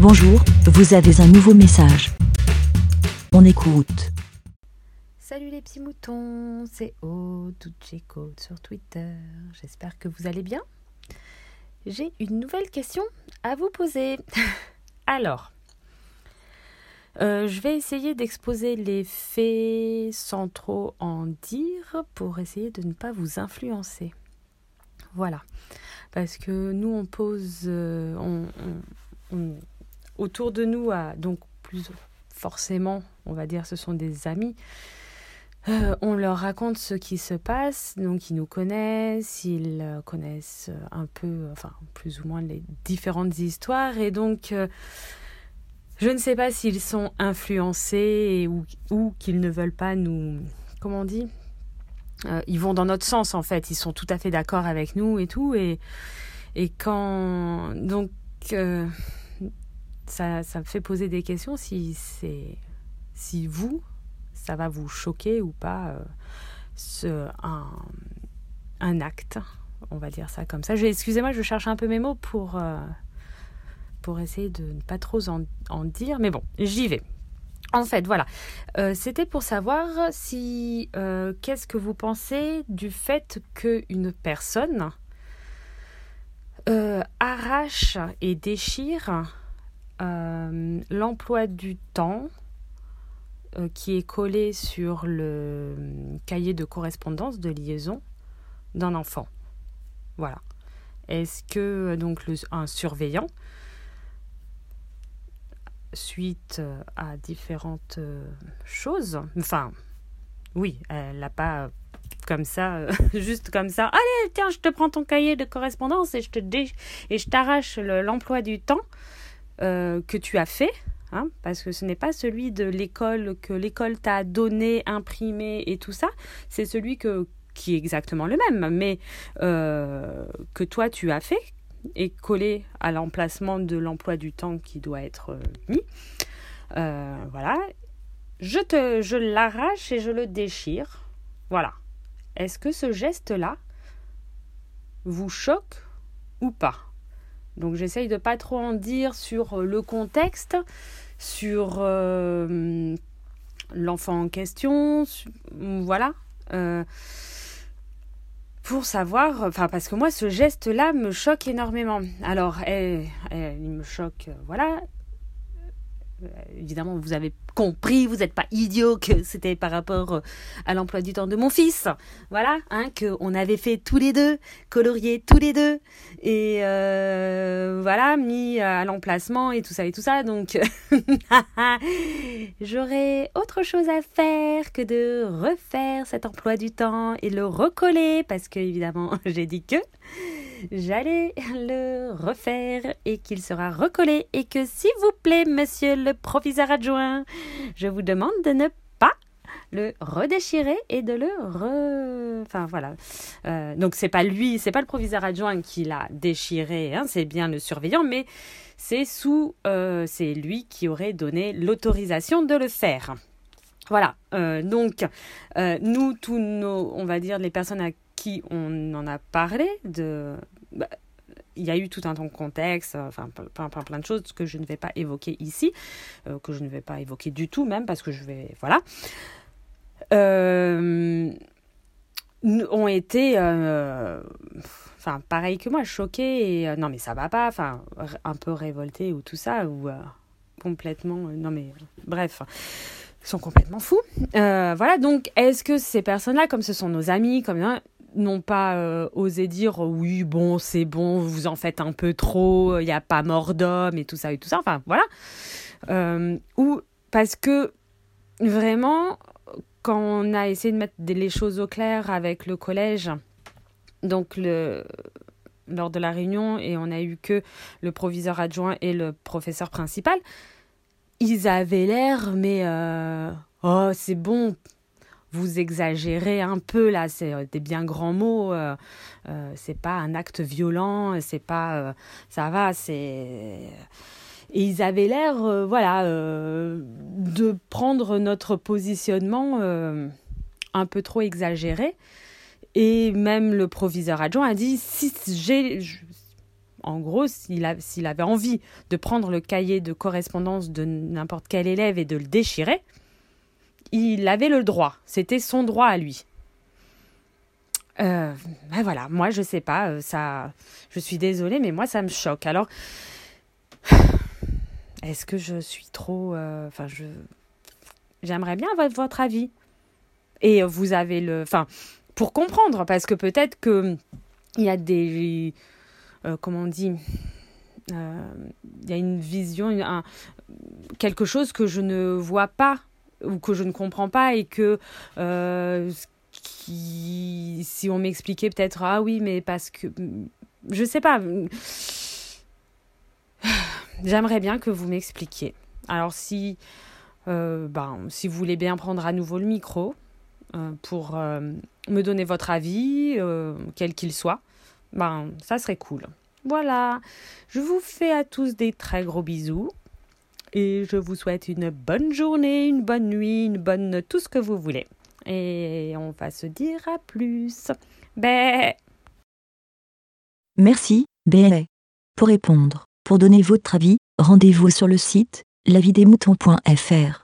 Bonjour, vous avez un nouveau message. On écoute. Salut les petits moutons, c'est Aude sur Twitter. J'espère que vous allez bien. J'ai une nouvelle question à vous poser. Alors, je vais essayer d'exposer les faits sans trop en dire pour essayer de ne pas vous influencer. Voilà, parce que nous on pose, autour de nous, donc plus forcément, on va dire, ce sont des amis. On leur raconte ce qui se passe, donc ils nous connaissent, ils connaissent un peu, enfin plus ou moins les différentes histoires, et donc je ne sais pas s'ils sont influencés ou qu'ils ne veulent pas nous, comment on dit, ils vont dans notre sens en fait, ils sont tout à fait d'accord avec nous et tout, et quand donc ça me fait poser des questions si vous ça va vous choquer ou pas, un acte, on va dire ça comme ça. Excusez-moi, je cherche un peu mes mots pour essayer de ne pas trop en dire, mais bon, j'y vais. En fait, voilà, c'était pour savoir si qu'est-ce que vous pensez du fait qu'une personne arrache et déchire l'emploi du temps qui est collé sur le cahier de correspondance de liaison d'un enfant. Voilà. Est-ce que donc un surveillant, suite à différentes choses, enfin, oui, elle n'a pas comme ça, juste comme ça, allez, tiens, je te prends ton cahier de correspondance et je t'arrache l'emploi du temps que tu as fait. Hein, parce que ce n'est pas celui de l'école que l'école t'a donné, imprimé et tout ça, c'est celui qui est exactement le même, mais que toi tu as fait et collé à l'emplacement de l'emploi du temps qui doit être mis. Voilà, je l'arrache et je le déchire. Voilà. Est-ce que ce geste-là vous choque ou pas ? Donc j'essaye de pas trop en dire sur le contexte, sur l'enfant en question, voilà. Pour savoir, enfin parce que moi ce geste-là me choque énormément. Alors il me choque, voilà. Évidemment, vous avez compris, vous n'êtes pas idiot que c'était par rapport à l'emploi du temps de mon fils. Voilà, hein, qu'on avait fait tous les deux, colorié tous les deux, et voilà, mis à l'emplacement et tout ça. Donc, j'aurais autre chose à faire que de refaire cet emploi du temps et le recoller, parce que, évidemment, j'ai dit que j'allais le refaire et qu'il sera recollé, et que s'il vous plaît, monsieur le proviseur adjoint, je vous demande de ne pas le redéchirer et de le enfin voilà. Donc c'est pas le proviseur adjoint qui l'a déchiré, hein, c'est bien le surveillant, mais c'est lui qui aurait donné l'autorisation de le faire. Voilà. Donc nous, tous on va dire les personnes à qui on en a parlé il y a eu tout un contexte, enfin plein de choses que je ne vais pas évoquer ici, que je ne vais pas évoquer du tout même, parce que voilà, ont été, pareil que moi, choqués et non mais ça va pas, un peu révoltés ou tout ça, ou complètement, non mais bref. Ils sont complètement fous. Voilà, donc est-ce que ces personnes-là, comme ce sont nos amis, n'ont pas osé dire oui, bon, c'est bon, vous en faites un peu trop, il n'y a pas mort d'homme et tout ça, enfin voilà. Ou parce que vraiment, quand on a essayé de mettre les choses au clair avec le collège, donc lors de la réunion, et on a eu que le proviseur adjoint et le professeur principal, ils avaient l'air, mais oh, c'est bon, vous exagérez un peu là, c'est des bien grands mots, c'est pas un acte violent, c'est pas, ça va, c'est... Et ils avaient l'air, de prendre notre positionnement un peu trop exagéré. Et même le proviseur adjoint a dit, en gros, s'il avait envie de prendre le cahier de correspondance de n'importe quel élève et de le déchirer, il avait le droit. C'était son droit à lui. Ben voilà, moi je sais pas, je suis désolée, mais moi ça me choque. Alors, est-ce que je suis trop... j'aimerais bien avoir votre avis. Et vous avez pour comprendre, parce que peut-être que il y a des... comment on dit il y a une vision, quelque chose que je ne vois pas ou que je ne comprends pas et que si on m'expliquait peut-être, ah oui, mais parce que... Je sais pas. J'aimerais bien que vous m'expliquiez. Alors si vous voulez bien prendre à nouveau le micro pour me donner votre avis, quel qu'il soit, ça serait cool. Voilà, je vous fais à tous des très gros bisous et je vous souhaite une bonne journée, une bonne nuit, une bonne tout ce que vous voulez. Et on va se dire à plus. Bé. Merci, Bé. Pour répondre, pour donner votre avis, rendez-vous sur le site lavidesmoutons.fr.